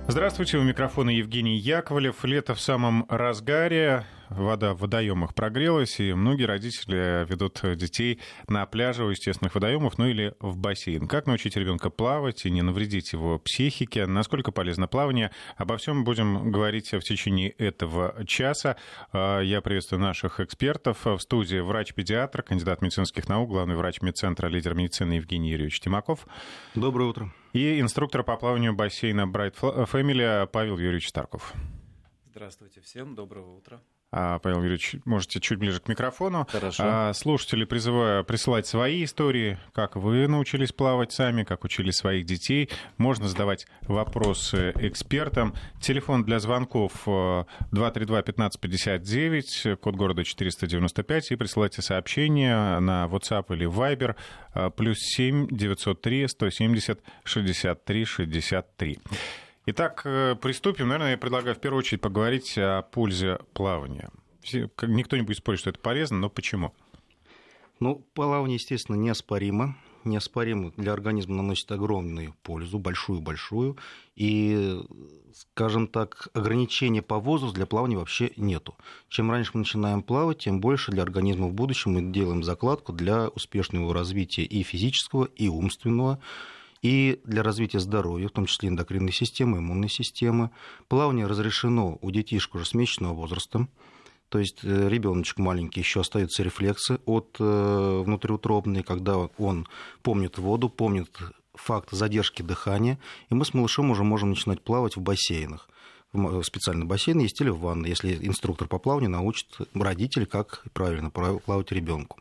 Здравствуйте, у микрофона Евгений Яковлев. Лето в самом разгаре, вода в водоемах прогрелась, и многие родители ведут детей на пляжи у естественных водоемов, ну или в бассейн. Как научить ребенка плавать и не навредить его психике? Насколько полезно плавание? Обо всем будем говорить в течение этого часа. Я приветствую наших экспертов. В студии врач-педиатр, кандидат медицинских наук, главный врач медцентра, лидер медицины Евгений Юрьевич Тимаков. Доброе утро. И инструктор по плаванию бассейна Bright Family Павел Юрьевич Старков. Здравствуйте всем, доброго утра. Павел Юрьевич, можете чуть ближе к микрофону. Хорошо. Слушателей призываю присылать свои истории, как вы научились плавать сами, как учили своих детей. Можно задавать вопросы экспертам. Телефон для звонков 232-1559, код города 495, и присылайте сообщения на WhatsApp или Viber +7 903 170 63 63. Итак, приступим. Наверное, я предлагаю в первую очередь поговорить о пользе плавания. Никто не будет спорить, что это полезно, но почему? Плавание, естественно, неоспоримо. Неоспоримо для организма наносит огромную пользу, большую-большую. И, скажем так, ограничения по возрасту для плавания вообще нету. Чем раньше мы начинаем плавать, тем больше для организма в будущем мы делаем закладку для успешного развития и физического, и умственного, и для развития здоровья, в том числе эндокринной системы, иммунной системы. Плавание разрешено у детишек уже с месячного возраста. То есть ребеночек маленький, еще остаются рефлексы от внутриутробные, когда он помнит воду, помнит факт задержки дыхания. И мы с малышом уже можем начинать плавать в бассейнах. В специальном бассейне есть или в ванной, если инструктор по плаванию научит родителей, как правильно плавать ребенку.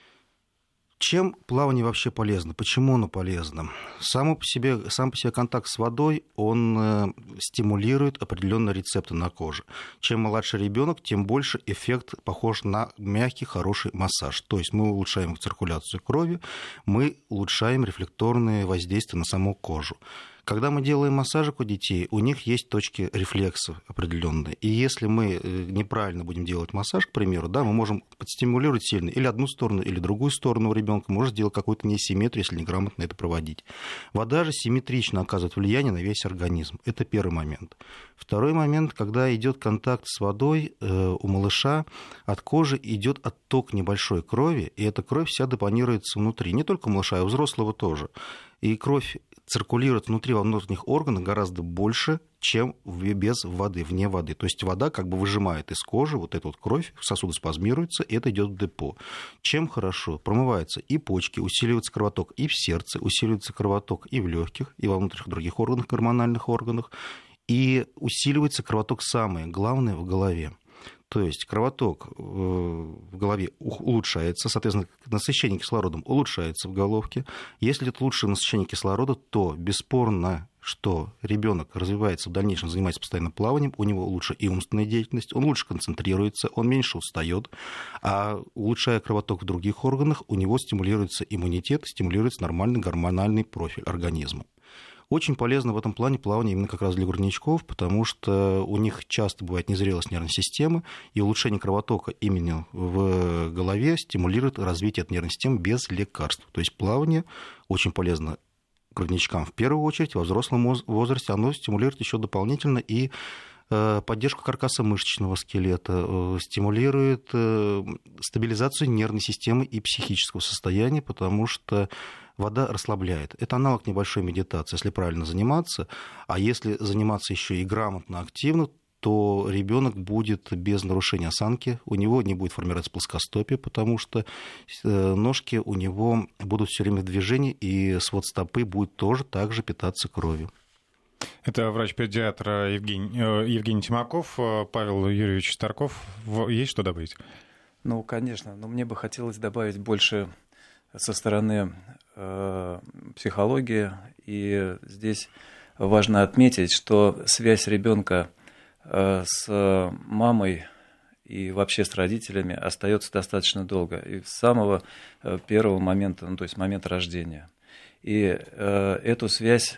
Чем плавание вообще полезно? Почему оно полезно? Сам по себе контакт с водой, он стимулирует определенные рецепторы на коже. Чем младше ребенок, тем больше эффект похож на мягкий, хороший массаж. То есть мы улучшаем циркуляцию крови, мы улучшаем рефлекторные воздействия на саму кожу. Когда мы делаем массажик у детей, у них есть точки рефлексов определенные. И если мы неправильно будем делать массаж, к примеру, да, мы можем подстимулировать сильно или одну сторону, или другую сторону у ребенка, может сделать какую-то несимметрию, если неграмотно это проводить. Вода же симметрично оказывает влияние на весь организм. Это первый момент. Второй момент, когда идет контакт с водой, у малыша от кожи идет отток небольшой крови, и эта кровь вся депонируется внутри. Не только у малыша, а у взрослого тоже. И кровь циркулирует внутри во внутренних органах гораздо больше, чем без воды, вне воды. То есть вода как бы выжимает из кожи вот эту вот кровь, сосуды спазмируются, и это идет в депо. Чем хорошо? Промываются и почки, усиливается кровоток и в сердце, усиливается кровоток и в легких, и во внутренних других органах, гормональных органах, и усиливается кровоток, самое главное, в голове. То есть кровоток в голове улучшается, соответственно, насыщение кислородом улучшается в головке. Если это лучшее насыщение кислорода, то бесспорно, что ребенок развивается в дальнейшем, занимается постоянно плаванием, у него лучше и умственная деятельность, он лучше концентрируется, он меньше устает, а улучшая кровоток в других органах, у него стимулируется иммунитет, стимулируется нормальный гормональный профиль организма. Очень полезно в этом плане плавание именно как раз для грудничков, потому что у них часто бывает незрелость нервной системы, и улучшение кровотока именно в голове стимулирует развитие этой нервной системы без лекарств. То есть плавание очень полезно грудничкам в первую очередь, во взрослом возрасте оно стимулирует еще дополнительно и поддержку каркаса мышечного скелета, стимулирует стабилизацию нервной системы и психического состояния, потому что вода расслабляет. Это аналог небольшой медитации, если правильно заниматься. А если заниматься еще и грамотно, активно, то ребенок будет без нарушения осанки, у него не будет формироваться плоскостопие, потому что ножки у него будут все время в движении, и свод стопы будет тоже так же питаться кровью. Это врач-педиатр Евгений Тимаков, Павел Юрьевич Старков. Есть что добавить? Конечно, но мне бы хотелось добавить больше со стороны психологии. И здесь важно отметить, что связь ребенка с мамой и вообще с родителями остается достаточно долго. И с самого первого момента, то есть момента рождения. И эту связь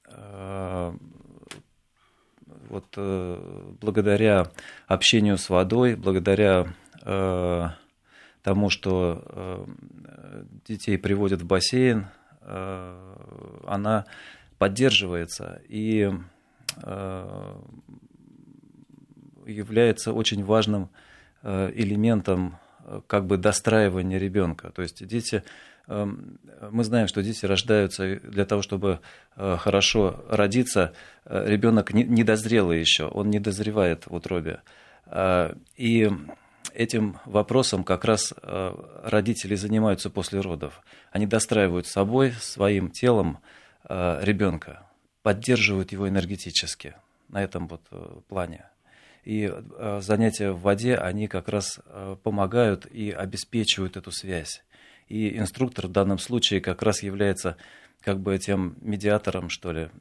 благодаря общению с водой, благодаря тому, что детей приводят в бассейн, она поддерживается. И является очень важным элементом как бы достраивания ребенка. То есть дети, мы знаем, что дети рождаются для того, чтобы хорошо родиться. Ребенок недозрелый еще, он не дозревает в утробе. И этим вопросом как раз родители занимаются после родов. Они достраивают собой, своим телом ребенка, поддерживают его энергетически на этом вот плане. И занятия в воде, они как раз помогают и обеспечивают эту связь. И инструктор в данном случае как раз является как бы тем медиатором, что ли,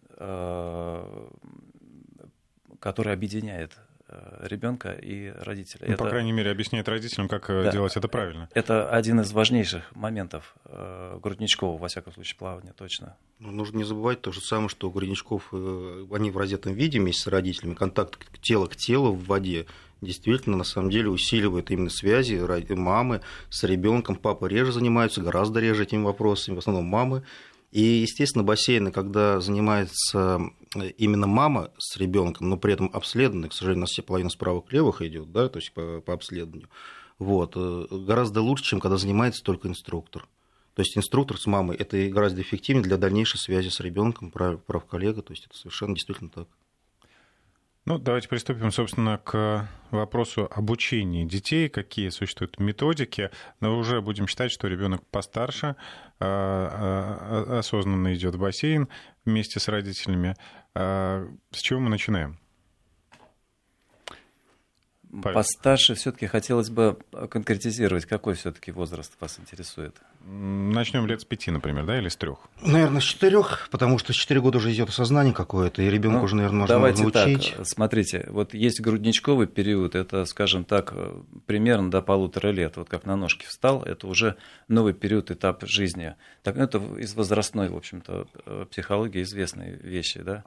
который объединяет ребенка и родителя. Ну, по крайней мере, объясняет родителям, как делать это правильно. Это один из важнейших моментов грудничкового, во всяком случае, плавания, точно. Нужно не забывать то же самое, что у грудничков, они в раздетом виде вместе с родителями, контакт тела к телу в воде действительно, на самом деле, усиливает именно связи мамы с ребенком. Папы реже занимаются, гораздо реже этими вопросами, в основном мамы. И, естественно, бассейны, когда занимается именно мама с ребенком, но при этом обследованный, к сожалению, у нас все половина справок-левых идет, да, то есть по обследованию, вот, гораздо лучше, чем когда занимается только инструктор. То есть инструктор с мамой – это гораздо эффективнее для дальнейшей связи с ребенком, прав коллега, то есть это совершенно действительно так. Ну, давайте приступим, собственно, к вопросу обучения детей, какие существуют методики. Но уже будем считать, что ребенок постарше, осознанно идет в бассейн вместе с родителями. С чего мы начинаем? Павел. Постарше все-таки хотелось бы конкретизировать, какой все-таки возраст вас интересует. Начнем лет с 5, например, да, или с 3? Наверное, с 4, потому что с 4 года уже идет осознание какое-то, и ребенка уже, наверное, можно научить. Давайте так, смотрите, вот есть грудничковый период, это, скажем так, примерно до 1,5 лет. Вот как на ножки встал, это уже новый период, этап жизни. Так, это из возрастной, в общем-то, психологии известные вещи, да.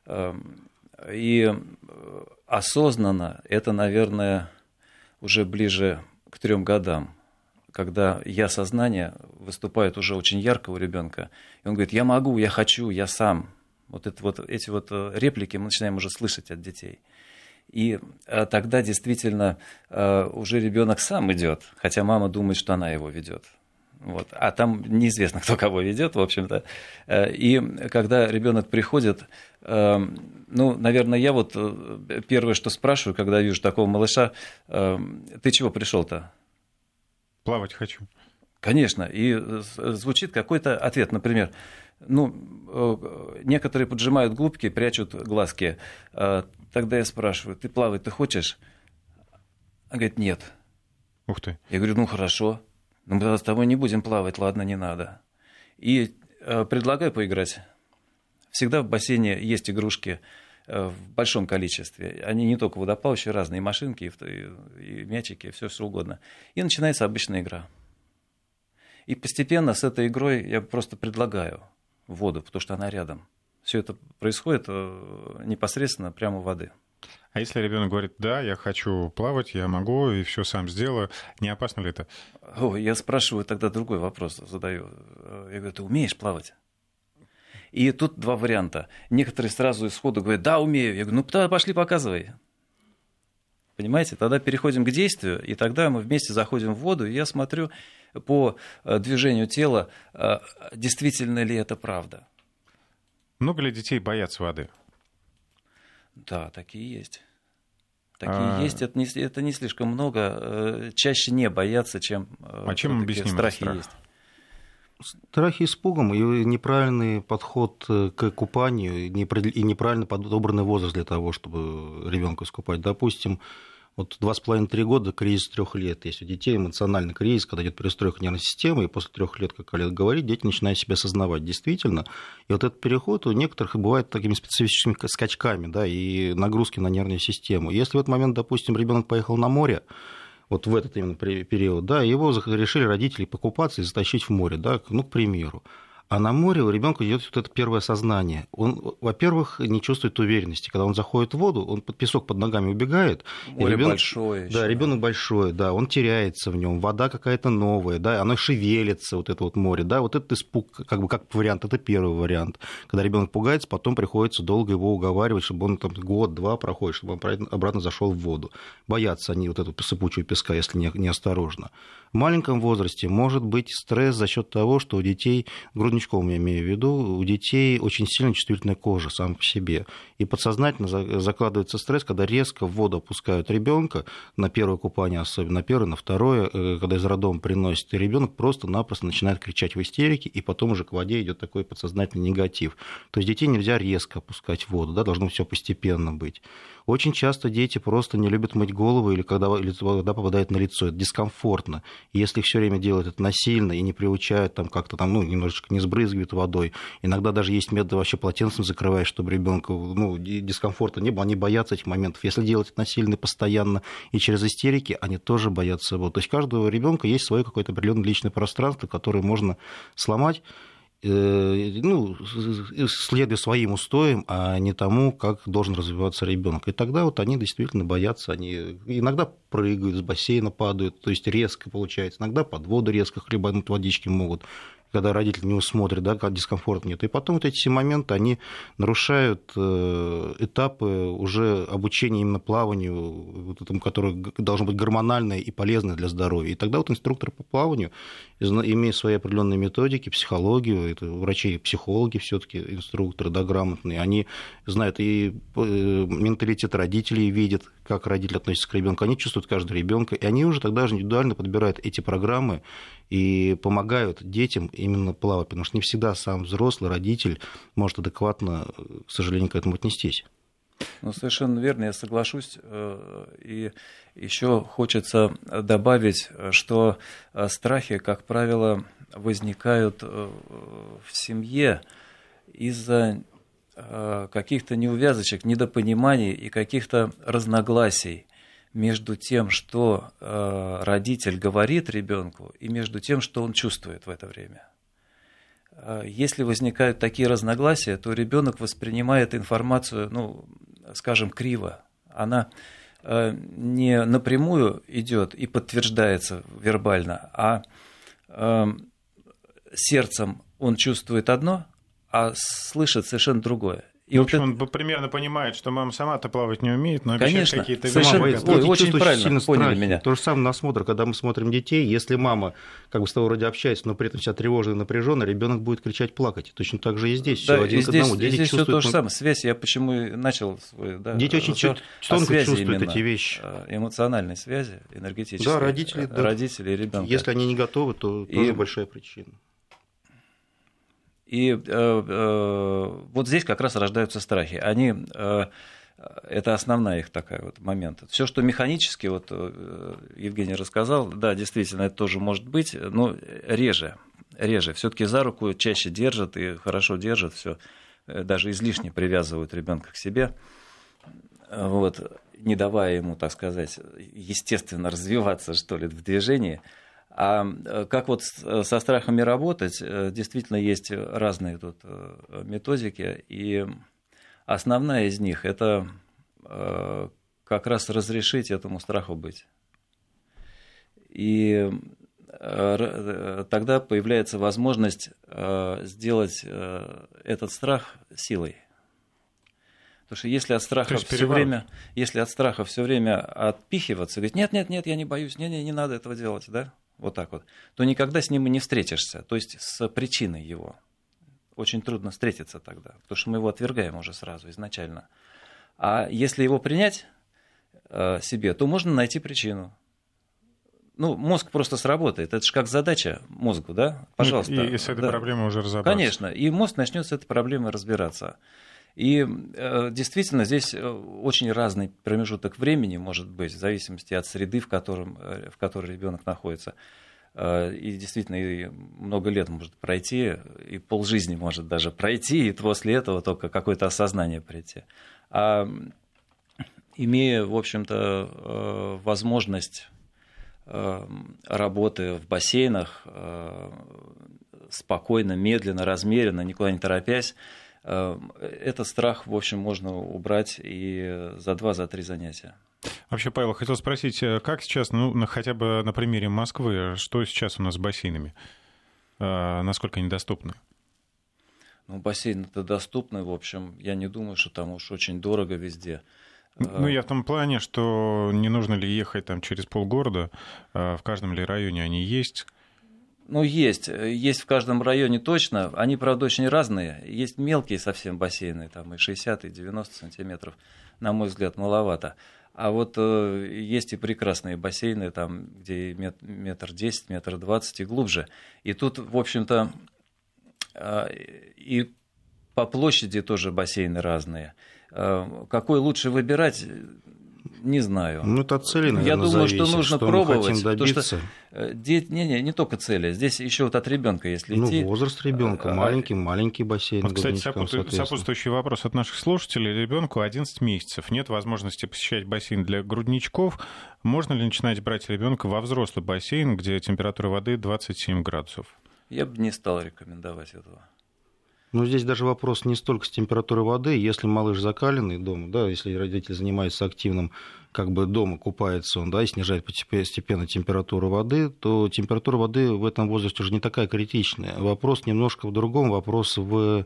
И осознанно это, наверное, уже ближе к 3 годам, когда я-сознание выступает уже очень ярко у ребенка, и он говорит: я могу, я хочу, я сам. Эти реплики мы начинаем уже слышать от детей. И тогда действительно уже ребенок сам идет, хотя мама думает, что она его ведет. Вот. А там неизвестно, кто кого ведет, в общем-то. И когда ребенок приходит, наверное, я первое, что спрашиваю, когда вижу такого малыша: ты чего пришел-то? Плавать хочу. Конечно. И звучит какой-то ответ, например, некоторые поджимают губки, прячут глазки. Тогда я спрашиваю: ты плавать-то хочешь? Он говорит: нет. Ух ты. Я говорю: хорошо. Мы тогда с тобой не будем плавать, ладно, не надо. И предлагаю поиграть. Всегда в бассейне есть игрушки в большом количестве. Они не только водоплавающие, разные машинки, и мячики, все что угодно. И начинается обычная игра. И постепенно с этой игрой я просто предлагаю воду, потому что она рядом. Все это происходит непосредственно прямо у воды. А если ребенок говорит: да, я хочу плавать, я могу, и все сам сделаю, не опасно ли это? Я спрашиваю тогда другой вопрос, задаю. Я говорю: ты умеешь плавать? И тут 2 варианта. Некоторые сразу сходу говорят: да, умею. Я говорю: тогда пошли, показывай. Понимаете? Тогда переходим к действию, и тогда мы вместе заходим в воду, и я смотрю по движению тела, действительно ли это правда. Много ли детей боятся воды? Да, такие есть. Такие есть, это не слишком много. Чаще не боятся, чем чем объясним страхи есть. Страхи испугом и неправильный подход к купанию, и неправильно подобранный возраст для того, чтобы ребенка искупать. Допустим, 2,5-3 года кризис 3 лет. Есть у детей эмоциональный кризис, когда идет перестройка нервной системы, и после 3 лет, как коллега говорит, дети начинают себя осознавать действительно. И этот переход у некоторых бывает такими специфическими скачками, да, и нагрузки на нервную систему. Если в этот момент, допустим, ребенок поехал на море, в этот именно период, да, его решили родители покупаться и затащить в море, да, к примеру. А на море у ребенка идет вот это первое сознание. Он, во-первых, не чувствует уверенности. Когда он заходит в воду, он под песок под ногами убегает. Море большое. Да, ребенок большой, да, он теряется в нем. Вода какая-то новая, да, оно шевелится, вот это вот море, да, вот этот испуг, как вариант, это первый вариант. Когда ребенок пугается, потом приходится долго его уговаривать, чтобы он там год-два проходит, чтобы он обратно зашел в воду. Боятся они вот этого сыпучего песка, если не осторожно. В маленьком возрасте может быть стресс за счет того, что у детей, грудничком я имею в виду, у детей очень сильно чувствительная кожа сам по себе. И подсознательно закладывается стресс, когда резко в воду опускают ребенка на первое купание, особенно на первое, на второе, когда из роддома приносит, и ребенок просто-напросто начинает кричать в истерике, и потом уже к воде идет такой подсознательный негатив. То есть детей нельзя резко опускать в воду, да, должно все постепенно быть. Очень часто дети просто не любят мыть голову, или когда вода попадает на лицо, это дискомфортно. И если их все время делают это насильно и не приучают, там как-то там, немножечко не сбрызгивают водой, иногда даже есть методы вообще полотенцем закрывать, чтобы ребенку дискомфорта не было, они боятся этих моментов. Если делать это насильно постоянно и через истерики, они тоже боятся воды. То есть у каждого ребенка есть свое какое-то определенное личное пространство, которое можно сломать, следуя своим устоям, а не тому, как должен развиваться ребенок. И тогда вот они действительно боятся, они иногда прыгают, с бассейна падают, то есть резко получается, иногда под воду резко хлебануть водички могут, когда родители не усмотрят, да, как дискомфорт нет. И потом вот эти все моменты, они нарушают этапы уже обучения именно плаванию, вот этому, которое должно быть гормональное и полезное для здоровья. И тогда вот инструктор по плаванию, имея свои определенные методики, психологию, это врачи и психологи все-таки, инструкторы, да, грамотные, они знают и менталитет родителей, видят, как родители относятся к ребенку, они чувствуют каждого ребенка, и они уже тогда же индивидуально подбирают эти программы и помогают детям именно плавать, потому что не всегда сам взрослый родитель может адекватно, к сожалению, к этому отнестись. Ну, совершенно верно, я соглашусь. И еще хочется добавить, что страхи, как правило, возникают в семье из-за каких-то неувязочек, недопониманий и каких-то разногласий между тем, что родитель говорит ребенку, и между тем, что он чувствует в это время. Если возникают такие разногласия, то ребенок воспринимает информацию, скажем, криво. Она не напрямую идет и подтверждается вербально, а сердцем он чувствует одно, а слышит совершенно другое. И в общем, он примерно понимает, что мама сама-то плавать не умеет, но обещает какие-то вещи. Очень правильно поняли меня. То же самое на осмотр, когда мы смотрим детей, если мама с тобой вроде общается, но при этом вся тревожная и напряженная, ребенок будет кричать, плакать. Точно так же и здесь. Да, все один к одному. Здесь все то же самое. Связь, я почему и начал свой... Да, дети очень тонко чувствуют эти вещи. Эмоциональной связи, энергетической. Да, родители и ребенка. Если они не готовы, то тоже большая причина. И вот здесь как раз рождаются страхи. Это основная их такая вот момент. Все, что механически, вот Евгений рассказал, да, действительно, это тоже может быть, но реже. Все-таки за руку чаще держат и хорошо держат, все, даже излишне привязывают ребенка к себе, вот, не давая ему, так сказать, естественно развиваться, что ли, в движении. А как вот со страхами работать, действительно есть разные тут методики, и основная из них – это как раз разрешить этому страху быть. И тогда появляется возможность сделать этот страх силой. Потому что если от страха все время отпихиваться, говорить, нет, я не боюсь, не надо этого делать, да? Вот так вот, то никогда с ним и не встретишься, то есть с причиной его. Очень трудно встретиться тогда, потому что мы его отвергаем уже сразу, изначально. А если его принять себе, то можно найти причину. Мозг просто сработает, это же как задача мозгу, да? Пожалуйста. И с этой проблемой уже разобраться. Конечно, и мозг начнет с этой проблемой разбираться. И действительно, здесь очень разный промежуток времени может быть, в зависимости от среды, в которой ребенок находится. И действительно, и много лет может пройти, и полжизни может даже пройти, и после этого только какое-то осознание прийти. А имея, в общем-то, возможность работы в бассейнах спокойно, медленно, размеренно, никуда не торопясь, этот страх, в общем, можно убрать и за 2-3 занятия. Вообще, Павел, хотел спросить, как сейчас, хотя бы на примере Москвы, что сейчас у нас с бассейнами? Насколько они доступны? Бассейны-то доступны, в общем, я не думаю, что там уж очень дорого везде. Я в том плане, что не нужно ли ехать там через полгорода, в каждом ли районе они есть? Есть в каждом районе точно. Они, правда, очень разные. Есть мелкие совсем бассейны, там и 60, и 90 сантиметров, на мой взгляд, маловато. А вот есть и прекрасные бассейны, там, где 1,10 метра, 1,20 и глубже. И тут, в общем-то, и по площади тоже бассейны разные. Какой лучше выбирать, не знаю. Это от цели, наверное, я думаю, зависит, что нужно что пробовать. мы хотим добиться. Не только цели. Здесь еще вот от ребенка, если идти. Возраст ребенка, маленький бассейн. Вот, кстати, сопутствующий вопрос от наших слушателей. Ребенку 11 месяцев. Нет возможности посещать бассейн для грудничков. Можно ли начинать брать ребенка во взрослый бассейн, где температура воды 27 градусов? Я бы не стал рекомендовать этого. Здесь даже вопрос не столько с температурой воды. Если малыш закаленный дома, да, если родитель занимается активным, дома купается он, да, и снижает постепенно температуру воды, то температура воды в этом возрасте уже не такая критичная. Вопрос немножко в другом. Вопрос в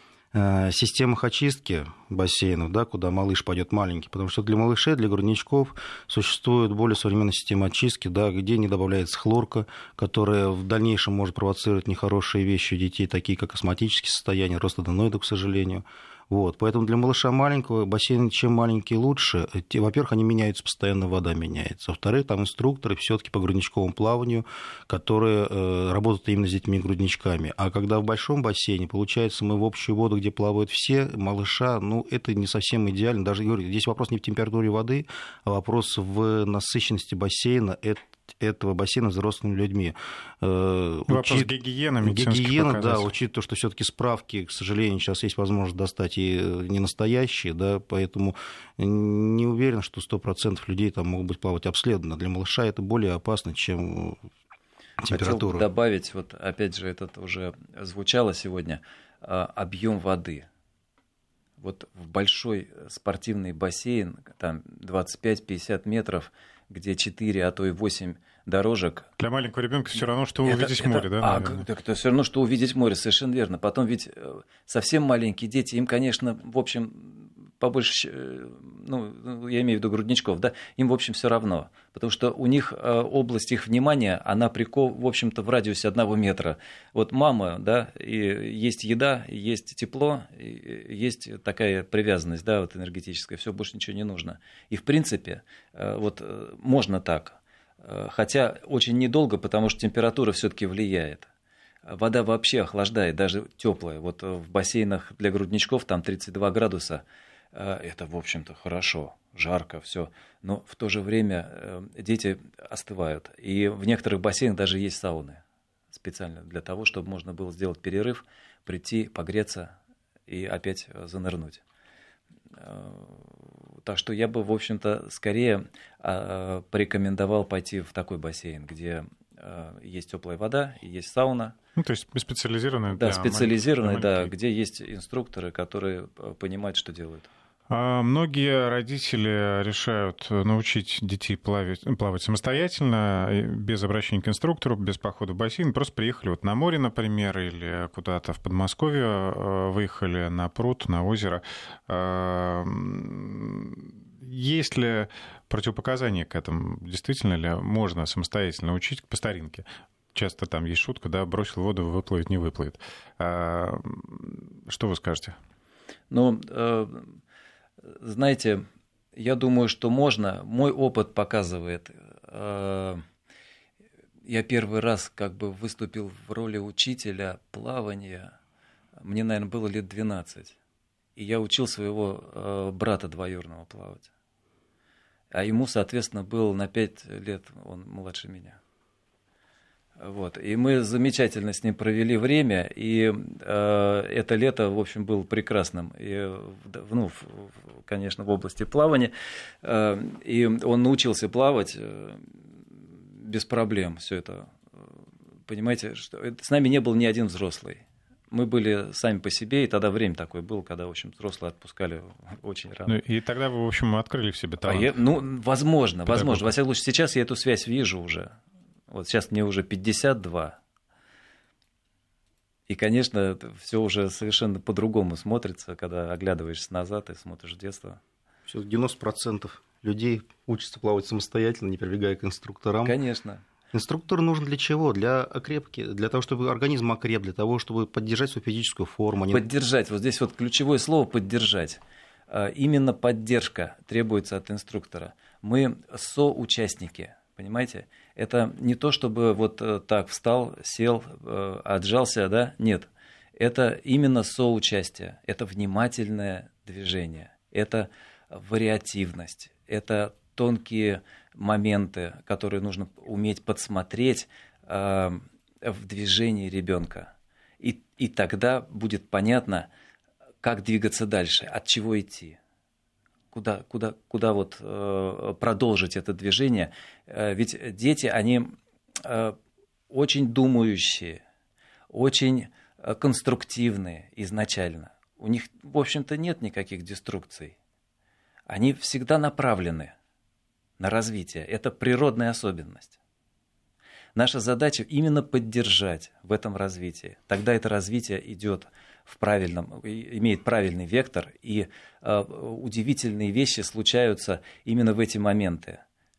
системах очистки бассейнов, да, куда малыш пойдет маленький, потому что для малышей, для грудничков существует более современная система очистки, да, где не добавляется хлорка, которая в дальнейшем может провоцировать нехорошие вещи у детей, такие как астматические состояния, рост аденоидов, к сожалению. Поэтому для малыша маленького бассейн чем маленький лучше. Во-первых, они меняются постоянно, вода меняется. Во-вторых, там инструкторы все-таки по грудничковому плаванию, которые работают именно с детьми-грудничками. А когда в большом бассейне, получается, мы в общую воду, где плавают все, малыша, это не совсем идеально. Даже, говорю, здесь вопрос не в температуре воды, а вопрос в насыщенности бассейна этого бассейна взрослыми людьми. Вопрос гигиены, медицинских да, учитывая то, что все-таки справки, к сожалению, сейчас есть возможность достать и не настоящие, да, поэтому не уверен, что 100% людей там могут быть плавать обследованы. Для малыша это более опасно, чем температура. Хотел бы добавить, опять же, это уже звучало сегодня, объем воды. В большой спортивный бассейн, там 25-50 метров, где 4, а то и 8 дорожек. Для маленького ребенка все равно, что увидеть море, да? Это все равно, что увидеть море, совершенно верно. Потом ведь совсем маленькие дети, им, конечно, в общем, побольше, я имею в виду грудничков, да, им, в общем, все равно. Потому что у них область их внимания, она в общем-то, в радиусе 1 метра. Мама, да, и есть еда, есть тепло, есть такая привязанность, да, энергетическая, все, больше ничего не нужно. И, в принципе, можно так. Хотя очень недолго, потому что температура все-таки влияет. Вода вообще охлаждает, даже теплая. В бассейнах для грудничков там 32 градуса. Это, в общем-то, хорошо, жарко, все. Но в то же время дети остывают. И в некоторых бассейнах даже есть сауны специально для того, чтобы можно было сделать перерыв, прийти, погреться и опять занырнуть. Так что я бы, в общем-то, скорее порекомендовал пойти в такой бассейн, где есть теплая вода и есть сауна. То есть специализированная? Да, специализированная, да, где есть инструкторы, которые понимают, что делают. Многие родители решают научить детей плавать самостоятельно, без обращения к инструктору, без похода в бассейн. Просто приехали на море, например, или куда-то в Подмосковье, выехали на пруд, на озеро. Есть ли противопоказания к этому? Действительно ли можно самостоятельно учить по старинке? Часто там есть шутка, да, бросил в воду, выплывет, не выплывет. Что вы скажете? Знаете, я думаю, что можно. Мой опыт показывает. Я первый раз выступил в роли учителя плавания. Мне, наверное, было лет 12. И я учил своего брата двоюродного плавать. А ему, соответственно, было на 5 лет, он младше меня. И мы замечательно с ним провели время, и это лето, в общем, было прекрасным, и, конечно, в области плавания, и он научился плавать без проблем, все это понимаете, что с нами не был ни один взрослый. Мы были сами по себе, и тогда время такое было, когда, в общем, взрослые отпускали очень рано. Ну, и тогда вы, в общем, открыли в себе талант. Возможно. Во всяком случае, сейчас я эту связь вижу уже. Вот сейчас мне уже 52. И, конечно, все уже совершенно по-другому смотрится, когда оглядываешься назад и смотришь в детство. 90% людей учатся плавать самостоятельно, не прибегая к инструкторам. Конечно. Инструктор нужен для чего? Для окрепки, для того, чтобы организм окреп, для того, чтобы поддержать свою физическую форму. Поддержать. Вот здесь вот ключевое слово «поддержать». Именно поддержка требуется от инструктора. Мы соучастники, понимаете? Это не то, чтобы вот так встал, сел, отжался, да? Нет. Это именно соучастие. Это внимательное движение. Это вариативность. Это тонкие моменты, которые нужно уметь подсмотреть в движении ребенка. И тогда будет понятно, как двигаться дальше, от чего идти, куда вот продолжить это движение. Ведь дети, они очень думающие, очень конструктивные изначально. У них, в общем-то, нет никаких деструкций. Они всегда направлены на развитие. Это природная особенность. Наша задача именно поддержать в этом развитии. Тогда это развитие идет имеет правильный вектор, и удивительные вещи случаются именно в эти моменты.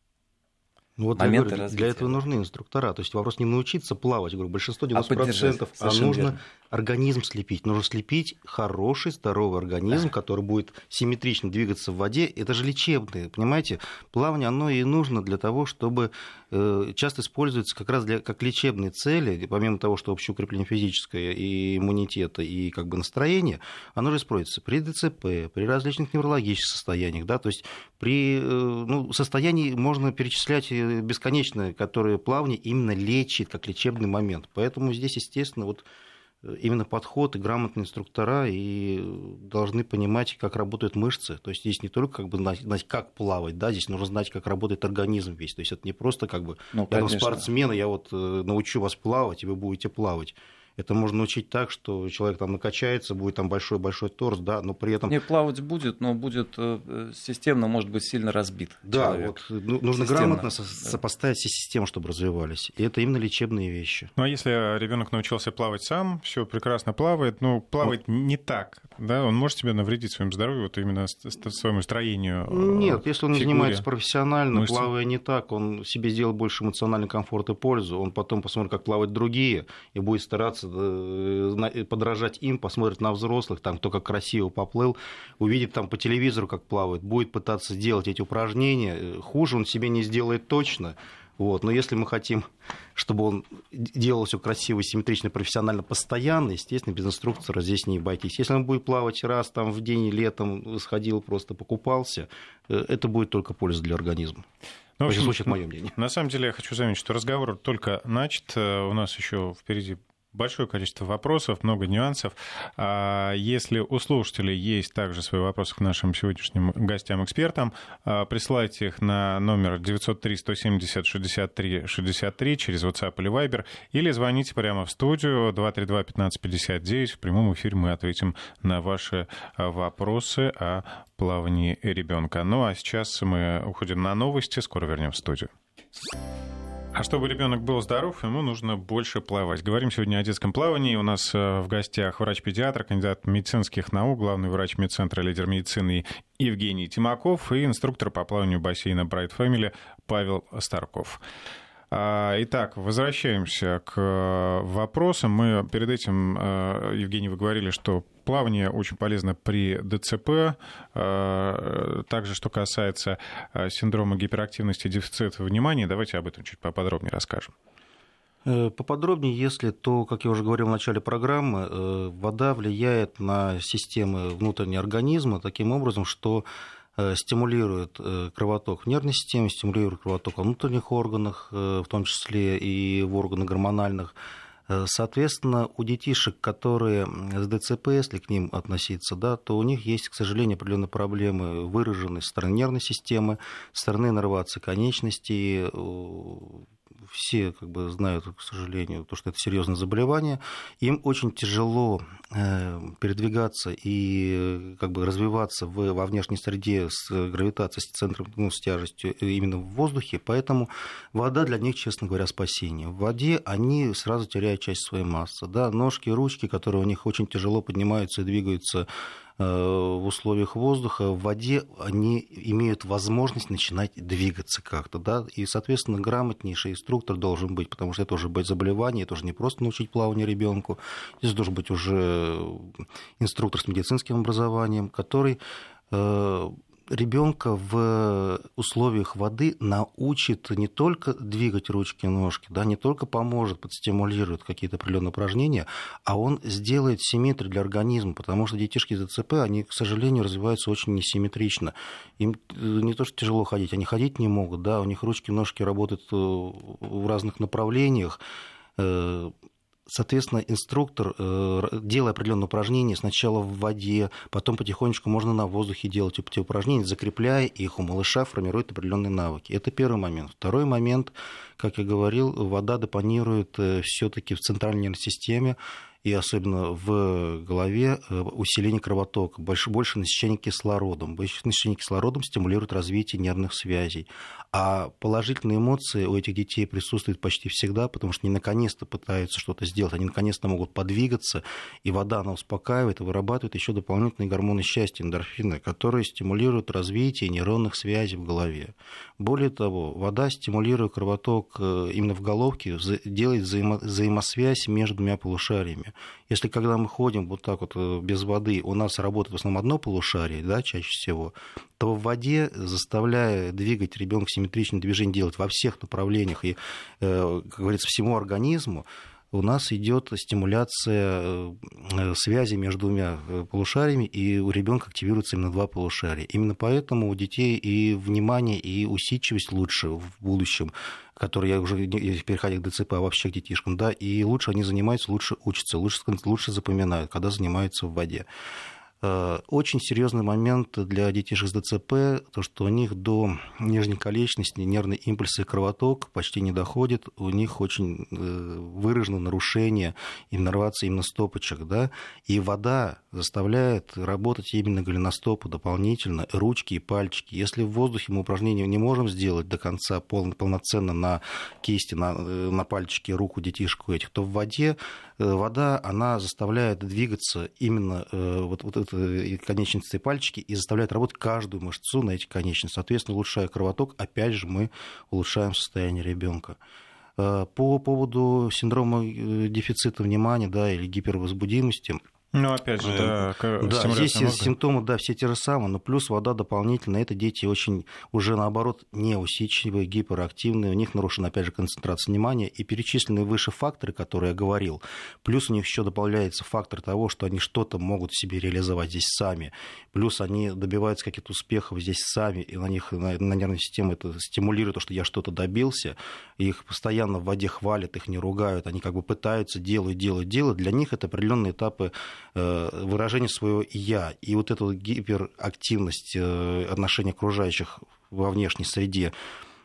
Вот для этого нужны инструктора. То есть вопрос не научиться плавать, говорю, большинство 90%, а нужно верно. Организм слепить. Нужно слепить хороший, здоровый организм, который будет симметрично двигаться в воде. Это же лечебное, понимаете? Плавание, оно и нужно для того, чтобы часто используется как раз как лечебные цели, помимо того, что общее укрепление физическое и иммунитета, и как бы настроения, оно же используется при ДЦП, при различных неврологических состояниях, да, то есть при состоянии можно перечислять бесконечно, которые плавание именно лечит, как лечебный момент. Поэтому здесь, естественно, вот именно подход и грамотные инструктора и должны понимать, как работают мышцы. То есть здесь не только как бы знать, как плавать, да, здесь нужно знать, как работает организм весь. То есть это не просто как бы я спортсмен, я вот научу вас плавать, и вы будете плавать. Это можно научить так, что человек там накачается, будет там большой-большой торс, да, но при этом... Не, плавать будет, но будет системно, может быть, сильно разбит человек. Да, вот нужно грамотно сопоставить все системы, чтобы развивались. И это именно лечебные вещи. Ну, а если ребенок научился плавать сам, все прекрасно плавает, но плавает не так, да, он может себе навредить своему здоровью, вот именно своему строению. Нет, если он фигуре, занимается профессионально, мышцы. Плавая не так, он себе сделает больше эмоциональный комфорт и пользу, он потом посмотрит, как плавают другие, и будет стараться подражать им, посмотрит на взрослых, там, кто как красиво поплыл, увидит там по телевизору, как плавают, будет пытаться делать эти упражнения, хуже он себе не сделает точно. Вот. Но если мы хотим, чтобы он делал все красиво, симметрично, профессионально, постоянно, естественно, без инструктора здесь не обойтись. Если он будет плавать раз там, в день, летом, сходил, просто покупался, это будет только польза для организма. Ну, в общем, случае, это мое мнение. На самом деле, я хочу заметить, что разговор только начат. У нас еще впереди большое количество вопросов, много нюансов. Если у слушателей есть также свои вопросы к нашим сегодняшним гостям-экспертам, присылайте их на номер 903-170-63-63 через WhatsApp или Viber, или звоните прямо в студию 232-1559. В прямом эфире мы ответим на ваши вопросы о плавании ребенка. Ну а сейчас мы уходим на новости, скоро вернемся в студию. А чтобы ребенок был здоров, ему нужно больше плавать. Говорим сегодня о детском плавании. У нас в гостях врач-педиатр, кандидат медицинских наук, главный врач медцентра, лидер медицины Евгений Тимаков и инструктор по плаванию бассейна Bright Family Павел Старков. Итак, возвращаемся к вопросам. Мы перед этим, Евгений, вы говорили, что плавание очень полезно при ДЦП. Также, что касается синдрома гиперактивности и дефицита внимания, давайте об этом чуть поподробнее расскажем. Поподробнее, если, то, как я уже говорил в начале программы, вода влияет на системы внутреннего организма таким образом, что стимулирует кровоток в нервной системе, стимулирует кровоток во внутренних органах, в том числе и в органах гормональных. Соответственно, у детишек, которые с ДЦП, если к ним относиться, да, то у них есть, к сожалению, определенные проблемы, выраженные со стороны нервной системы, со стороны иннервации конечностей, все как бы знают, к сожалению, то, что это серьезное заболевание. Им очень тяжело передвигаться и как бы развиваться во внешней среде с гравитацией, с центром, с тяжестью именно в воздухе. Поэтому вода для них, честно говоря, спасение. В воде они сразу теряют часть своей массы. Да? Ножки, ручки, которые у них очень тяжело поднимаются и двигаются в условиях воздуха, в воде они имеют возможность начинать двигаться как-то, да, и, соответственно, грамотнейший инструктор должен быть, потому что это уже быть заболевание, это уже не просто научить плаванию ребенку, здесь должен быть уже инструктор с медицинским образованием, который ребенка в условиях воды научит не только двигать ручки и ножки, да, не только поможет, подстимулирует какие-то определенные упражнения, а он сделает симметрию для организма, потому что детишки с ДЦП, они, к сожалению, развиваются очень несимметрично. Им не то, что тяжело ходить, они ходить не могут, да, у них ручки и ножки работают в разных направлениях. Соответственно, инструктор, делая определенные упражнения, сначала в воде, потом потихонечку можно на воздухе делать эти упражнения, закрепляя их у малыша, формирует определенные навыки. Это первый момент. Второй момент, как я говорил, вода депонирует все-таки в центральной нервной системе, и особенно в голове усиление кровотока, больше насыщение кислородом. Больше насыщение кислородом стимулирует развитие нервных связей. А положительные эмоции у этих детей присутствуют почти всегда, потому что они наконец-то пытаются что-то сделать, они наконец-то могут подвигаться, и вода, она успокаивает и вырабатывает еще дополнительные гормоны счастья, эндорфины, которые стимулируют развитие нейронных связей в голове. Более того, вода, стимулируя кровоток именно в головке, делает взаимосвязь между двумя полушариями. Если когда мы ходим вот так вот без воды, у нас работает в основном одно полушарие, да, чаще всего, то в воде, заставляя двигать ребенка симметричное движение делать во всех направлениях и, как говорится, всему организму, у нас идет стимуляция связи между двумя полушариями, и у ребенка активируется именно два полушария. Именно поэтому у детей и внимание, и усидчивость лучше в будущем, которые я уже, переходя к ДЦП, а вообще к детишкам, да, и лучше они занимаются, лучше учатся, лучше запоминают, когда занимаются в воде. Очень серьезный момент для детишек с ДЦП, то, что у них до нижней конечности нервные импульсы и кровоток почти не доходят, у них очень выражено нарушение иннервации именно стопочек, да, и вода заставляет работать именно голеностопу дополнительно, ручки и пальчики. Если в воздухе мы упражнения не можем сделать до конца полноценно на кисти, на пальчики, руку детишку этих, то в воде вода, она заставляет двигаться именно вот это конечности и пальчики и заставляет работать каждую мышцу на эти конечности. Соответственно, улучшая кровоток, опять же, мы улучшаем состояние ребенка. По поводу синдрома дефицита внимания, да, или гипервозбудимости. Ну, опять же, да, здесь симптомы, да, все те же самые, но плюс вода дополнительно. Это дети очень уже, наоборот, неусидчивые, гиперактивные, у них нарушена, опять же, концентрация внимания. И перечисленные выше факторы, которые я говорил, плюс у них еще добавляется фактор того, что они что-то могут в себе реализовать здесь сами, плюс они добиваются каких-то успехов здесь сами, и на них, на нервную систему это стимулирует то, что я что-то добился, их постоянно в воде хвалят, их не ругают, они как бы пытаются, делают. Для них это определенные этапы выражение своего «я». И вот эта гиперактивность отношений окружающих во внешней среде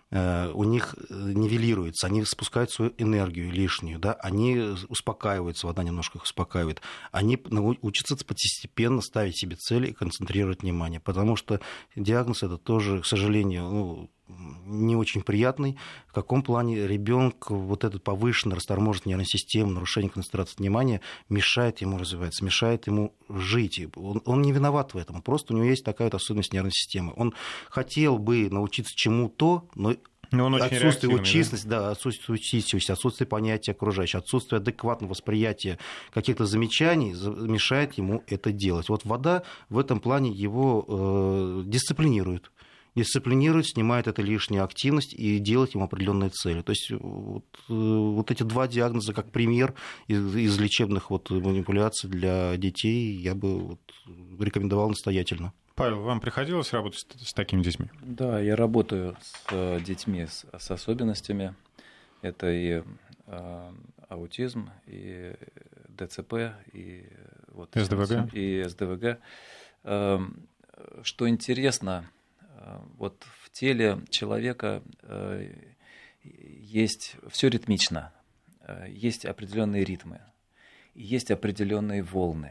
у них нивелируется, они спускают свою энергию лишнюю, да, они успокаиваются, вода немножко их успокаивает, они учатся постепенно ставить себе цели и концентрировать внимание, потому что диагноз это тоже, к сожалению, не очень приятный. В каком плане ребенку вот эта повышенная расторможенность нервной системы, нарушение концентрации внимания мешает ему развиваться, мешает ему жить. Он не виноват в этом, просто у него есть такая вот особенность нервной системы. Он хотел бы научиться чему-то, но отсутствие участности, да, отсутствие усидчивости, отсутствие понятия окружающего, отсутствие адекватного восприятия каких-то замечаний мешает ему это делать. Вот вода в этом плане его дисциплинирует, снимает эту лишнюю активность и делает ему определенные цели. То есть вот эти два диагноза как пример из лечебных манипуляций для детей я бы рекомендовал настоятельно. Павел, вам приходилось работать с такими детьми? Да, я работаю с детьми с особенностями. Это и аутизм, и ДЦП, и СДВГ. И СДВГ. Что интересно, вот в теле человека есть все ритмично, есть определенные ритмы, есть определенные волны.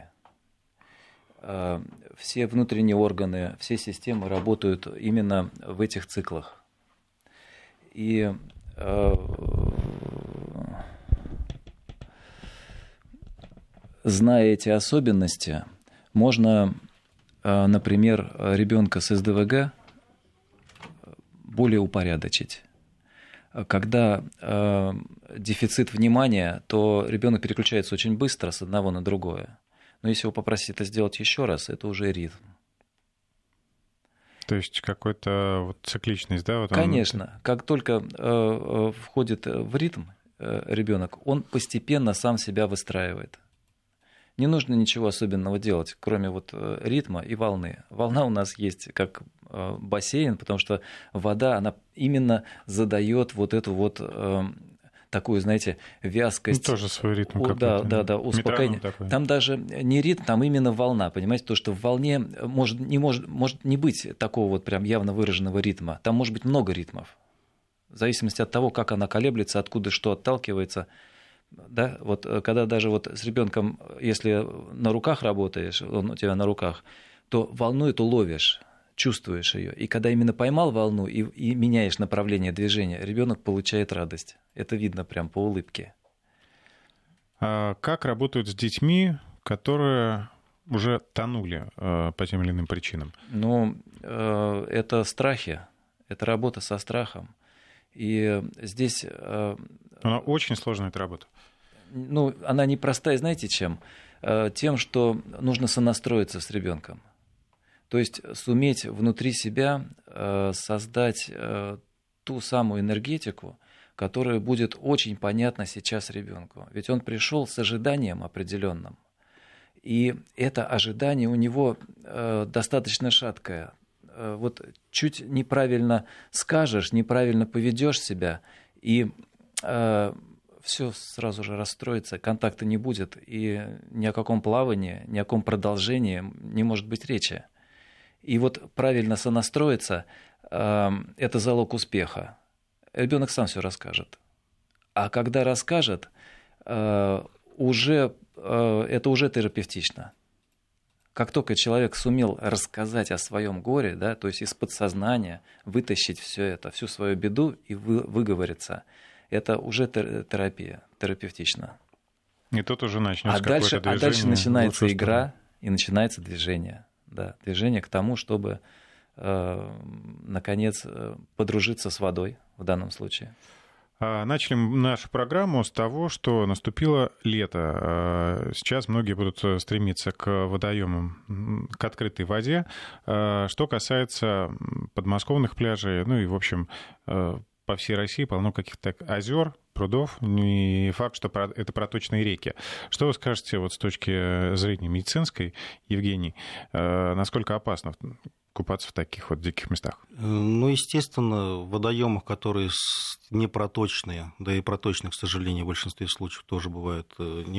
Все внутренние органы, все системы работают именно в этих циклах. И зная эти особенности, можно, например, ребенка с СДВГ более упорядочить. Когда дефицит внимания, то ребенок переключается очень быстро с одного на другое. Но если его попросить это сделать еще раз, это уже ритм. То есть какой-то вот цикличность, да? Вот Конечно. Как только входит в ритм ребенок, он постепенно сам себя выстраивает. Не нужно ничего особенного делать, кроме вот ритма и волны. Волна у нас есть как бассейн, потому что вода, она именно задает вот эту вот такую, знаете, вязкость. Ну, тоже свой ритм какой-то. Да, успокоение. Там даже не ритм, там именно волна, понимаете? То, что в волне может не быть такого вот прям явно выраженного ритма. Там может быть много ритмов. В зависимости от того, как она колеблется, откуда что отталкивается. Да? Вот когда даже вот с ребенком, если на руках работаешь, он у тебя на руках, то волну эту ловишь, чувствуешь ее. И когда именно поймал волну и меняешь направление движения, ребенок получает радость. Это видно прям по улыбке. А как работают с детьми, которые уже тонули по тем или иным причинам? Ну, это страхи, это работа со страхом. И здесь... Она очень сложная, эта работа. Ну, она непростая, знаете, чем? Тем, что нужно сонастроиться с ребенком. То есть суметь внутри себя создать ту самую энергетику, которая будет очень понятна сейчас ребенку. Ведь он пришел с ожиданием определенным. И это ожидание у него достаточно шаткое. Вот чуть неправильно скажешь, неправильно поведешь себя, и все сразу же расстроится, контакта не будет, и ни о каком плавании, ни о каком продолжении не может быть речи. И вот правильно сонастроиться – это залог успеха. Ребенок сам все расскажет. А когда расскажет, это уже терапевтично. Как только человек сумел рассказать о своем горе, да, то есть из подсознания вытащить все это, всю свою беду и выговориться, это уже терапия, терапевтично. И тут уже начнется какое-то движение. А дальше начинается игра и начинается движение. Да, движение к тому, чтобы, наконец, подружиться с водой в данном случае. Начали нашу программу с того, что наступило лето. Сейчас многие будут стремиться к водоемам, к открытой воде. Что касается подмосковных пляжей, ну и, в общем, по всей России полно каких-то озер, прудов, не факт, что это проточные реки. Что вы скажете вот с точки зрения медицинской, Евгений, насколько опасно купаться в таких вот диких местах? Ну, естественно, в водоемах, которые непроточные, да и проточные, к сожалению, в большинстве случаев тоже бывают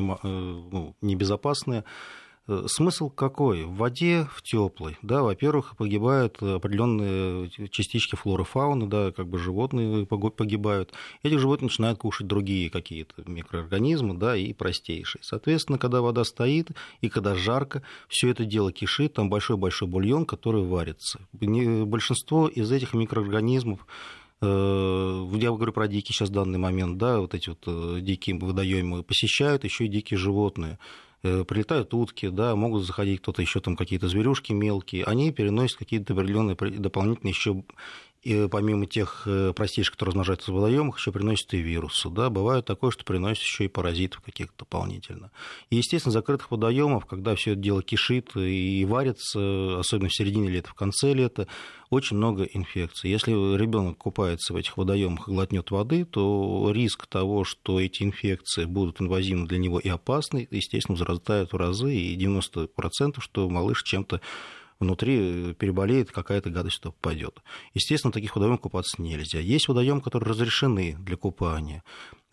небезопасные. Смысл какой? В воде, в теплой, да, во-первых, погибают определенные частички флоры, фауны, да, как бы животные погибают. Этих животных начинают кушать другие какие-то микроорганизмы, да, и простейшие. Соответственно, когда вода стоит и когда жарко, все это дело кишит, там большой-большой бульон, который варится. Большинство из этих микроорганизмов, я говорю про дикие сейчас в данный момент, да, вот эти вот дикие водоемы посещают еще и дикие животные. Прилетают утки, да, могут заходить кто-то еще там какие-то зверюшки мелкие, они переносят какие-то определенные дополнительные еще, и помимо тех простейших, которые размножаются в водоемах, еще приносят и вирусы, да, бывает такое, что приносят еще и паразитов каких-то дополнительно. И, естественно, закрытых водоемов, когда все это дело кишит и варится, особенно в середине лета, в конце лета, очень много инфекций. Если ребенок купается в этих водоемах и глотнет воды, то риск того, что эти инфекции будут инвазивны для него и опасны, естественно, возрастает в разы, и 90%, что малыш чем-то внутри переболеет, какая-то гадость туда попадет. Естественно, в таких водоемах купаться нельзя. Есть водоемы, которые разрешены для купания.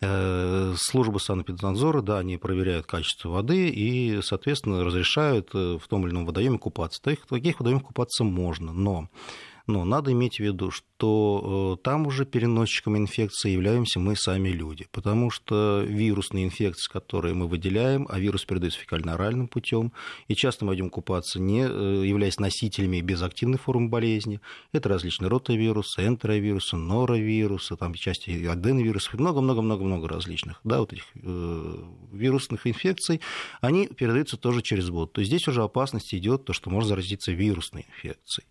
Службы санэпиднадзора, да, они проверяют качество воды и, соответственно, разрешают в том или ином водоеме купаться. В таких водоемах купаться можно, но Но надо иметь в виду, что там уже переносчиками инфекции являемся мы сами люди, потому что вирусные инфекции, которые мы выделяем, а вирус передается фекально-оральным путем, и часто мы идем купаться, не являясь носителями без активной формы болезни. Это различные ротавирусы, энтеровирусы, норовирусы, там части аденовирусов, много-много-много-много различных, да, вот этих вирусных инфекций, они передаются тоже через воду. То есть здесь уже опасность идет, то, что можно заразиться вирусной инфекцией.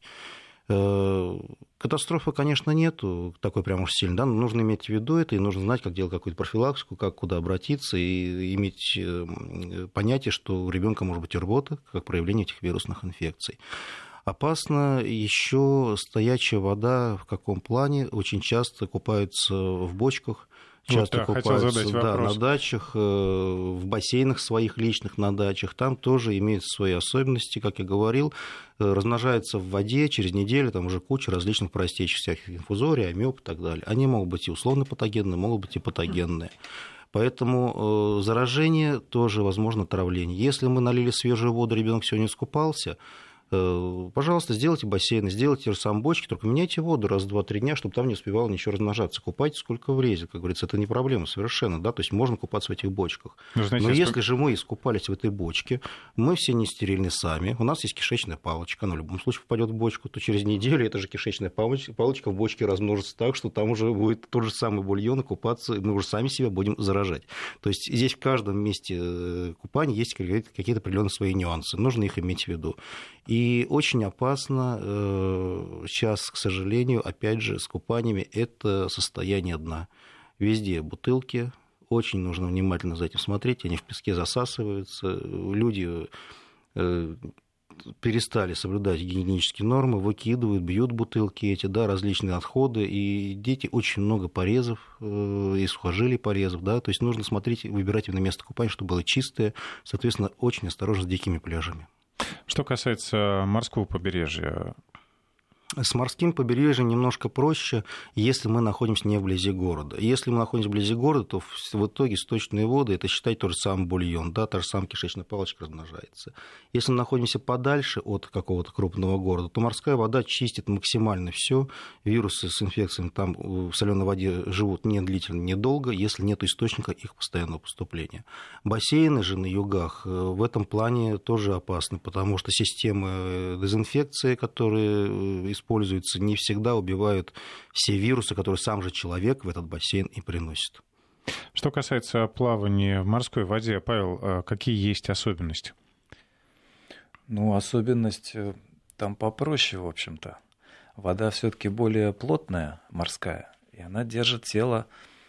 Катастрофы, конечно, нету такой прям уж сильной, да, но нужно иметь в виду это, и нужно знать, как делать какую-то профилактику, как куда обратиться, и иметь понятие, что у ребенка может быть рвота, как проявление этих вирусных инфекций. Опасно еще стоячая вода, в каком плане, очень часто купаются в бочках, часто купаются на дачах, в бассейнах своих личных на дачах. Там тоже имеются свои особенности, как я говорил, размножаются в воде, через неделю там уже куча различных простейших всяких инфузорий, амеб и так далее. Они могут быть и условно патогенные, могут быть и патогенные. Поэтому заражение тоже возможно отравление. Если мы налили свежую воду, ребенок сегодня искупался, пожалуйста, сделайте бассейны, сделайте сам бочки, только меняйте воду раз в 2-3 дня, чтобы там не успевало ничего размножаться. Купайтесь сколько влезет, как говорится, это не проблема совершенно, да, то есть можно купаться в этих бочках. Но если же мы искупались в этой бочке, мы все не стерильны сами, у нас есть кишечная палочка, она в любом случае попадет в бочку, то через неделю эта же кишечная палочка в бочке размножится так, что там уже будет тот же самый бульон, и купаться мы уже сами себя будем заражать. То есть здесь в каждом месте купания есть какие-то определенные свои нюансы, нужно их иметь в виду. И очень опасно сейчас, к сожалению, опять же, с купаниями это состояние дна. Везде бутылки, очень нужно внимательно за этим смотреть, они в песке засасываются, люди перестали соблюдать гигиенические нормы, выкидывают, бьют бутылки эти, да, различные отходы, и дети очень много порезов, и сухожилий порезов, да, то есть нужно смотреть, выбирать именно место купания, чтобы было чистое, соответственно, очень осторожно с дикими пляжами. Что касается морского побережья? С морским побережьем немножко проще, если мы находимся не вблизи города. Если мы находимся вблизи города, то в итоге сточные воды, это считай тот же самый бульон, да, та же самая кишечная палочка размножается. Если мы находимся подальше от какого-то крупного города, то морская вода чистит максимально все. Вирусы с инфекциями там в соленой воде живут не длительно, недолго, если нет источника их постоянного поступления. Бассейны же на югах в этом плане тоже опасны, потому что системы дезинфекции, которые используются, не всегда убивают все вирусы, которые сам же человек в этот бассейн и приносит. Что касается плавания в морской воде, Павел, какие есть особенности? Ну, особенность там попроще, в общем-то. Вода все-таки более плотная, морская, и она держит тело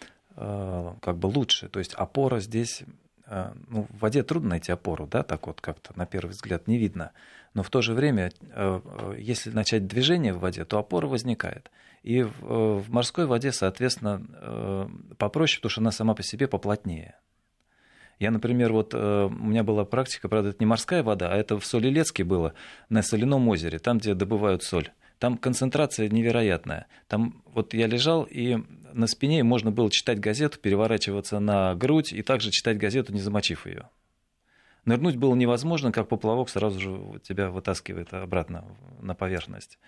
как бы лучше. То есть опора здесь... Ну, в воде трудно найти опору, да, так вот как-то на первый взгляд не видно. Но в то же время, если начать движение в воде, то опора возникает. И в морской воде, соответственно, попроще, потому что она сама по себе поплотнее. Я, например, вот у меня была практика, правда, это не морская вода, а это в Соль-Илецке было, на соляном озере, там, где добывают соль. Там концентрация невероятная. Там вот я лежал, и на спине можно было читать газету, переворачиваться на грудь и также читать газету, не замочив ее. Нырнуть было невозможно, как поплавок сразу же тебя вытаскивает обратно на поверхность.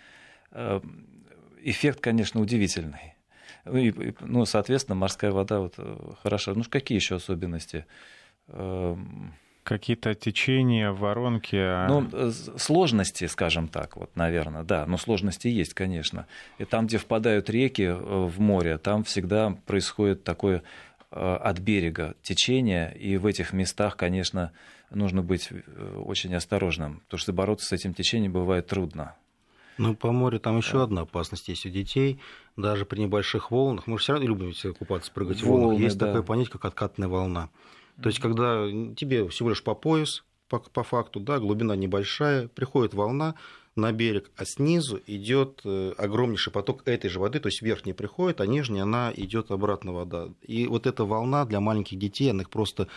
Эффект, конечно, удивительный. Ну, соответственно, морская вода вот хороша. Ну, какие еще особенности? Какие-то течения, воронки? Ну, сложности, скажем так, вот, наверное, да, но сложности есть, конечно. И там, где впадают реки в море, там всегда происходит такое от берега течение, и в этих местах, конечно, нужно быть очень осторожным, потому что бороться с этим течением бывает трудно. Ну, по морю там еще одна опасность есть у детей, даже при небольших волнах. Мы же все равно любим купаться, прыгать в волнах. Есть такое понятие, как откатная волна. То есть, когда тебе всего лишь по пояс, по факту, да, глубина небольшая, приходит волна на берег, а снизу идет огромнейший поток этой же воды, то есть верхняя приходит, а нижняя она идет обратно вода. И вот эта волна для маленьких детей, она их просто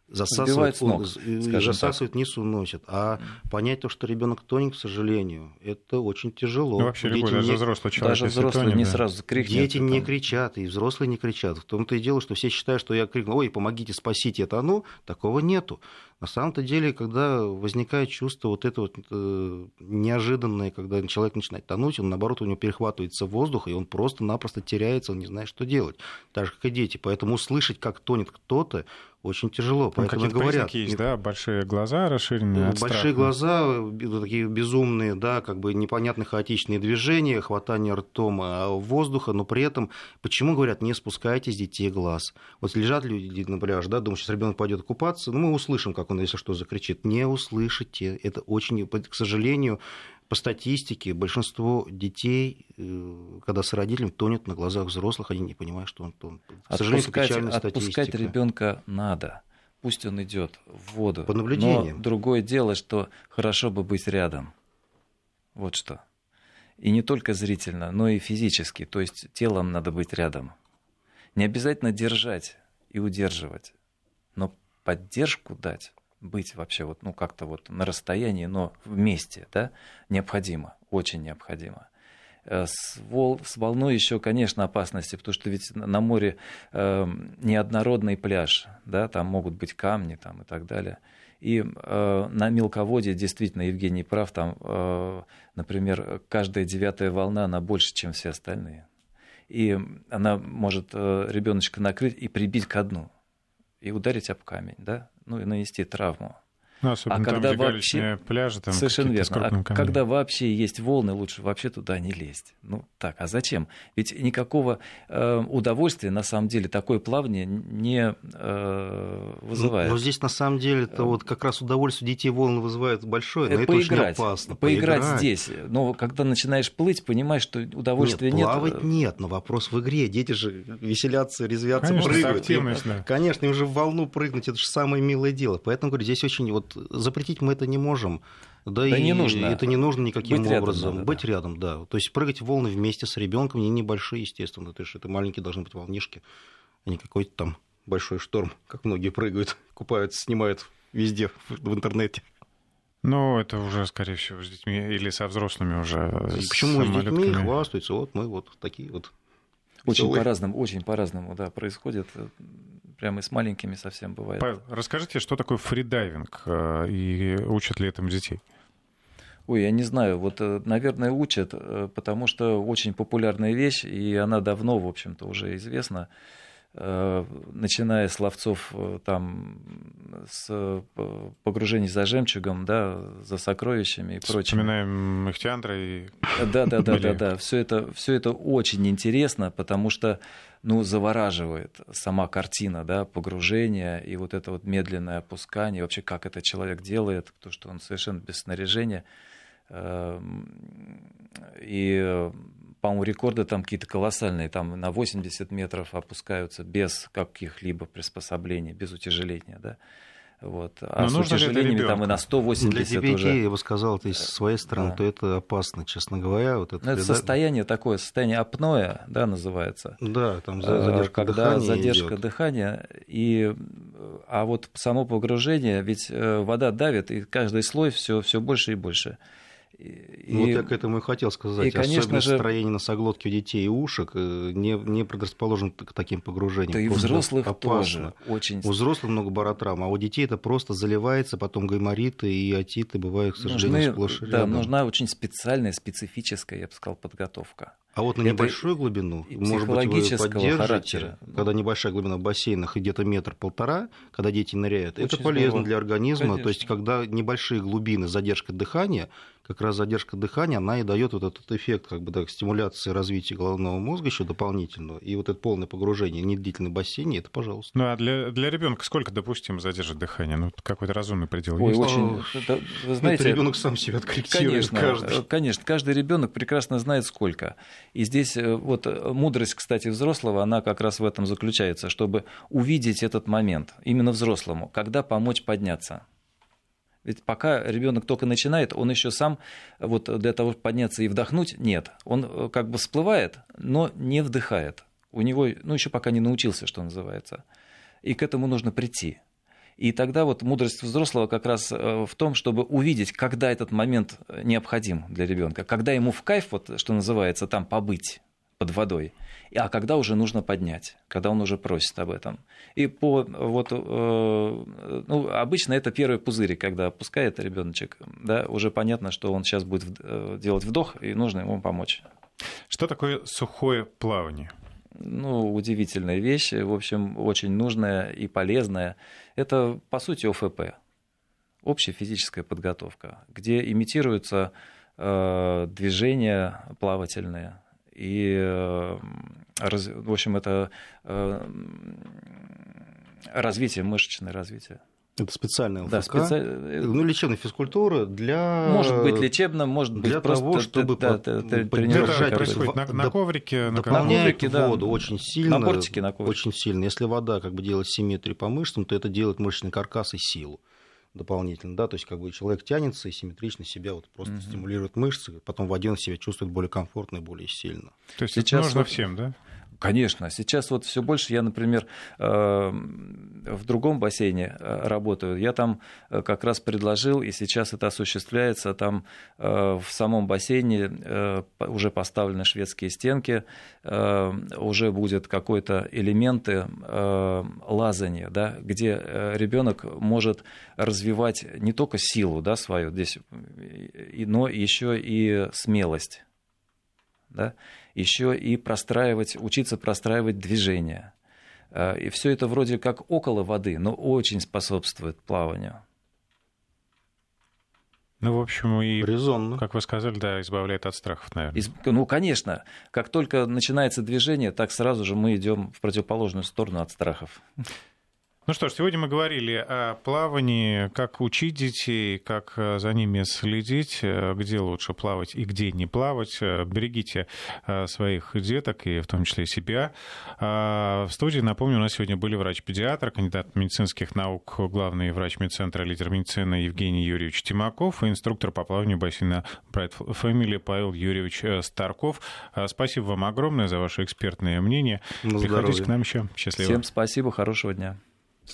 засасывает, засасывает, низ уносит. А понять то, что ребенок тонет, к сожалению, это очень тяжело. Ну, вообще любой, даже взрослый человек, даже взрослый тонет, не сразу крикнет. Дети не кричат, и взрослые не кричат. В том-то и дело, что все считают, что я крикну: ой, помогите, спасите, это оно. Такого нету. На самом-то деле, когда возникает чувство вот это вот неожиданное, когда человек начинает тонуть, он, наоборот, у него перехватывается воздух, и он просто-напросто теряется, он не знает, что делать. Так же, как и дети. Поэтому услышать, как тонет кто-то, очень тяжело. Поэтому говорят, есть, да, большие глаза расширенные от большие страха. глаза, такие безумные, да, как бы непонятные хаотичные движения, хватание ртом воздуха, но при этом, почему говорят, не спускайте с детей глаз? Вот лежат люди на пляже, да, думают, сейчас ребенок пойдет купаться, ну, мы услышим, как он, если что, закричит. Не услышите. Это очень, к сожалению, по статистике, большинство детей, когда с родителями, тонет на глазах взрослых, они не понимают, что он тонет. К сожалению, это печальная статистика. Отпускать ребенка надо. Пусть он идет в воду. Под наблюдением. Но другое дело, что хорошо бы быть рядом. Вот что. И не только зрительно, но и физически. То есть телом надо быть рядом. Не обязательно держать и удерживать, но поддержку дать. Быть вообще вот, ну, как-то вот на расстоянии, но вместе, да, необходимо, очень необходимо. С волной еще, конечно, опасности, потому что ведь на море неоднородный пляж, да, там могут быть камни там, и так далее. И на мелководье, действительно, Евгений прав, там, например, каждая 9-я волна, она больше, чем все остальные. И она может ребеночка накрыть и прибить ко дну, и ударить об камень, да, ну и нанести травму. Ну, особенно там, где галечные пляжи, там совершенно верно. А когда вообще есть волны, лучше вообще туда не лезть. Ну так, а зачем? Ведь никакого удовольствия, на самом деле, такое плавание не вызывает. Но здесь, на самом деле, это вот как раз удовольствие детей волны вызывает большое, но это очень опасно. Поиграть здесь. Но когда начинаешь плыть, понимаешь, что удовольствия нет. Плавать нет, но вопрос в игре. Дети же веселятся, резвятся, конечно, прыгают. Активность, да. Конечно, им же в волну прыгнуть, это же самое милое дело. Поэтому, говорю, здесь очень вот запретить мы это не можем. Да и не нужно. Это не нужно никаким быть образом. Рядом, быть рядом, да. То есть прыгать в волны вместе с ребенком, не небольшие, естественно. Это маленькие должны быть волнишки, а не какой-то там большой шторм, как многие прыгают, купаются, снимают везде в интернете. Ну, это уже, скорее всего, с детьми или со взрослыми уже. Почему с детьми хвастаются? Вот мы вот такие вот. Очень по-разному, да, происходит. Прямо и с маленькими совсем бывает. Павел, расскажите, что такое фридайвинг и учат ли этому детей? Ой, я не знаю. Вот, наверное, учат, потому что очень популярная вещь, и она давно, в общем-то, уже известна. Начиная с ловцов там, с погружений за жемчугом, да, за сокровищами и прочим. Вспоминаем Ихтиандра и... Да. Все это очень интересно, потому что, ну, завораживает сама картина, да, погружения и вот это вот медленное опускание, вообще как это человек делает, то, что он совершенно без снаряжения. И, по-моему, рекорды там какие-то колоссальные, там на 80 метров опускаются без каких-либо приспособлений, без утяжеления, да. Вот. А с утяжелениями там и на 180 для детей, уже... я бы сказал, то есть, с своей стороны, да. То это опасно, честно говоря. Вот это состояние такое, состояние апноэ, да, называется. Да, там задержка дыхания. Задержка дыхания. А вот само погружение, ведь вода давит, и каждый слой все больше и больше. Вот я к этому и хотел сказать. И, конечно особенно же, строение носоглотки у детей и ушек не предрасположен к таким погружениям. Да и у взрослых тоже. Очень... У взрослых много баротравм, а у детей это просто заливается, потом гаймориты и отиты бывают, к сожалению, сплошь и рядом. Да, нужна очень специальная, специфическая, я бы сказал, подготовка. А вот на небольшую глубину, может быть, вы поддержите, когда небольшая глубина в бассейнах, где-то 1-1,5 м, когда дети ныряют, очень это полезно здорово. Для организма. Конечно. То есть, когда небольшие глубины, задержка дыхания, как раз задержка дыхания, она и дает вот этот эффект как бы, так, стимуляции развития головного мозга еще дополнительного. И вот это полное погружение, недлительное бассейне, это пожалуйста. Ну а для ребенка сколько допустимо задержать дыхание? Ну, какой-то разумный предел есть? Очень... Вы знаете, ребенок сам себя откорректирует. Конечно, каждый ребенок прекрасно знает, сколько. И здесь вот мудрость, кстати, взрослого, она как раз в этом заключается, чтобы увидеть этот момент, именно взрослому, когда помочь подняться. Ведь пока ребенок только начинает, он еще сам вот для того, чтобы подняться и вдохнуть, нет. Он как бы всплывает, но не вдыхает. У него, ну, еще пока не научился, что называется. И к этому нужно прийти. И тогда вот мудрость взрослого как раз в том, чтобы увидеть, когда этот момент необходим для ребенка, когда ему в кайф, вот, что называется, там побыть под водой, а когда уже нужно поднять, когда он уже просит об этом. И обычно это первый пузырь, когда опускает ребеночек, да, уже понятно, что он сейчас будет делать вдох, и нужно ему помочь. Что такое сухое плавание? Удивительная вещь, в общем, очень нужная и полезная. Это, по сути, ОФП, общая физическая подготовка, где имитируются движения плавательные. И, в общем, это развитие, мышечное развитие. Это специальная ЛФК, да, лечебная физкультура для... Может быть лечебно, может быть для просто... того, чтобы поддержать. Это происходит на коврике, дополняет воду очень сильно. На бортике, на коврике. Очень сильно. Если вода делает симметрию по мышцам, то это делает мышечный каркас и силу дополнительно. Да? То есть человек тянется и симметрично себя просто стимулирует мышцы, потом в воде он себя чувствует более комфортно и более сильно. То есть сейчас это нужно всем, да? Конечно. Сейчас все больше я, например, в другом бассейне работаю. Я там как раз предложил, и сейчас это осуществляется, там в самом бассейне уже поставлены шведские стенки, уже будет какой-то элементы лазания, да, где ребенок может развивать не только силу, да, свою здесь, но еще и смелость. Да, еще и учиться простраивать движения. И все это вроде как около воды, но очень способствует плаванию. В общем, и, резонно, как вы сказали, да, избавляет от страхов, наверное. Конечно. Как только начинается движение, так сразу же мы идем в противоположную сторону от страхов. Ну что ж, сегодня мы говорили о плавании, как учить детей, как за ними следить, где лучше плавать и где не плавать. Берегите своих деток и в том числе себя. В студии, напомню, у нас сегодня были врач-педиатр, кандидат медицинских наук, главный врач медцентра, лидер медицины Евгений Юрьевич Тимаков и инструктор по плаванию бассейна Bright Family Павел Юрьевич Старков. Спасибо вам огромное за ваше экспертное мнение. Приходите к нам еще. Счастливо. Всем спасибо, хорошего дня.